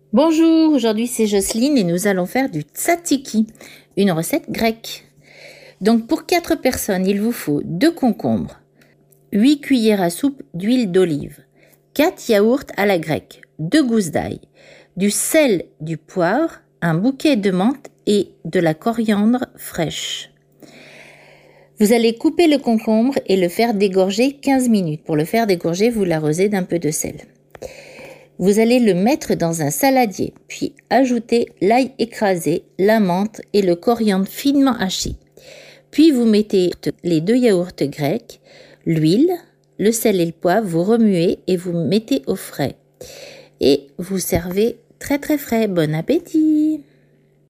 Bonjour, aujourd'hui c'est Jocelyne et nous allons faire du tzatziki, une recette grecque. Donc pour 4 personnes, il vous faut 2 concombres, 8 cuillères à soupe d'huile d'olive, 4 yaourts à la grecque, 2 gousses d'ail, du sel, du poivre, un bouquet de menthe et de la coriandre fraîche. Vous allez couper le concombre et le faire dégorger 15 minutes. Pour le faire dégorger, vous l'arrosez d'un peu de sel. Vous allez le mettre dans un saladier, puis ajouter l'ail écrasé, la menthe et le coriandre finement haché. Puis vous mettez les 2 yaourts grecs, l'huile, le sel et le poivre, vous remuez et vous mettez au frais. Et vous servez très très frais. Bon appétit!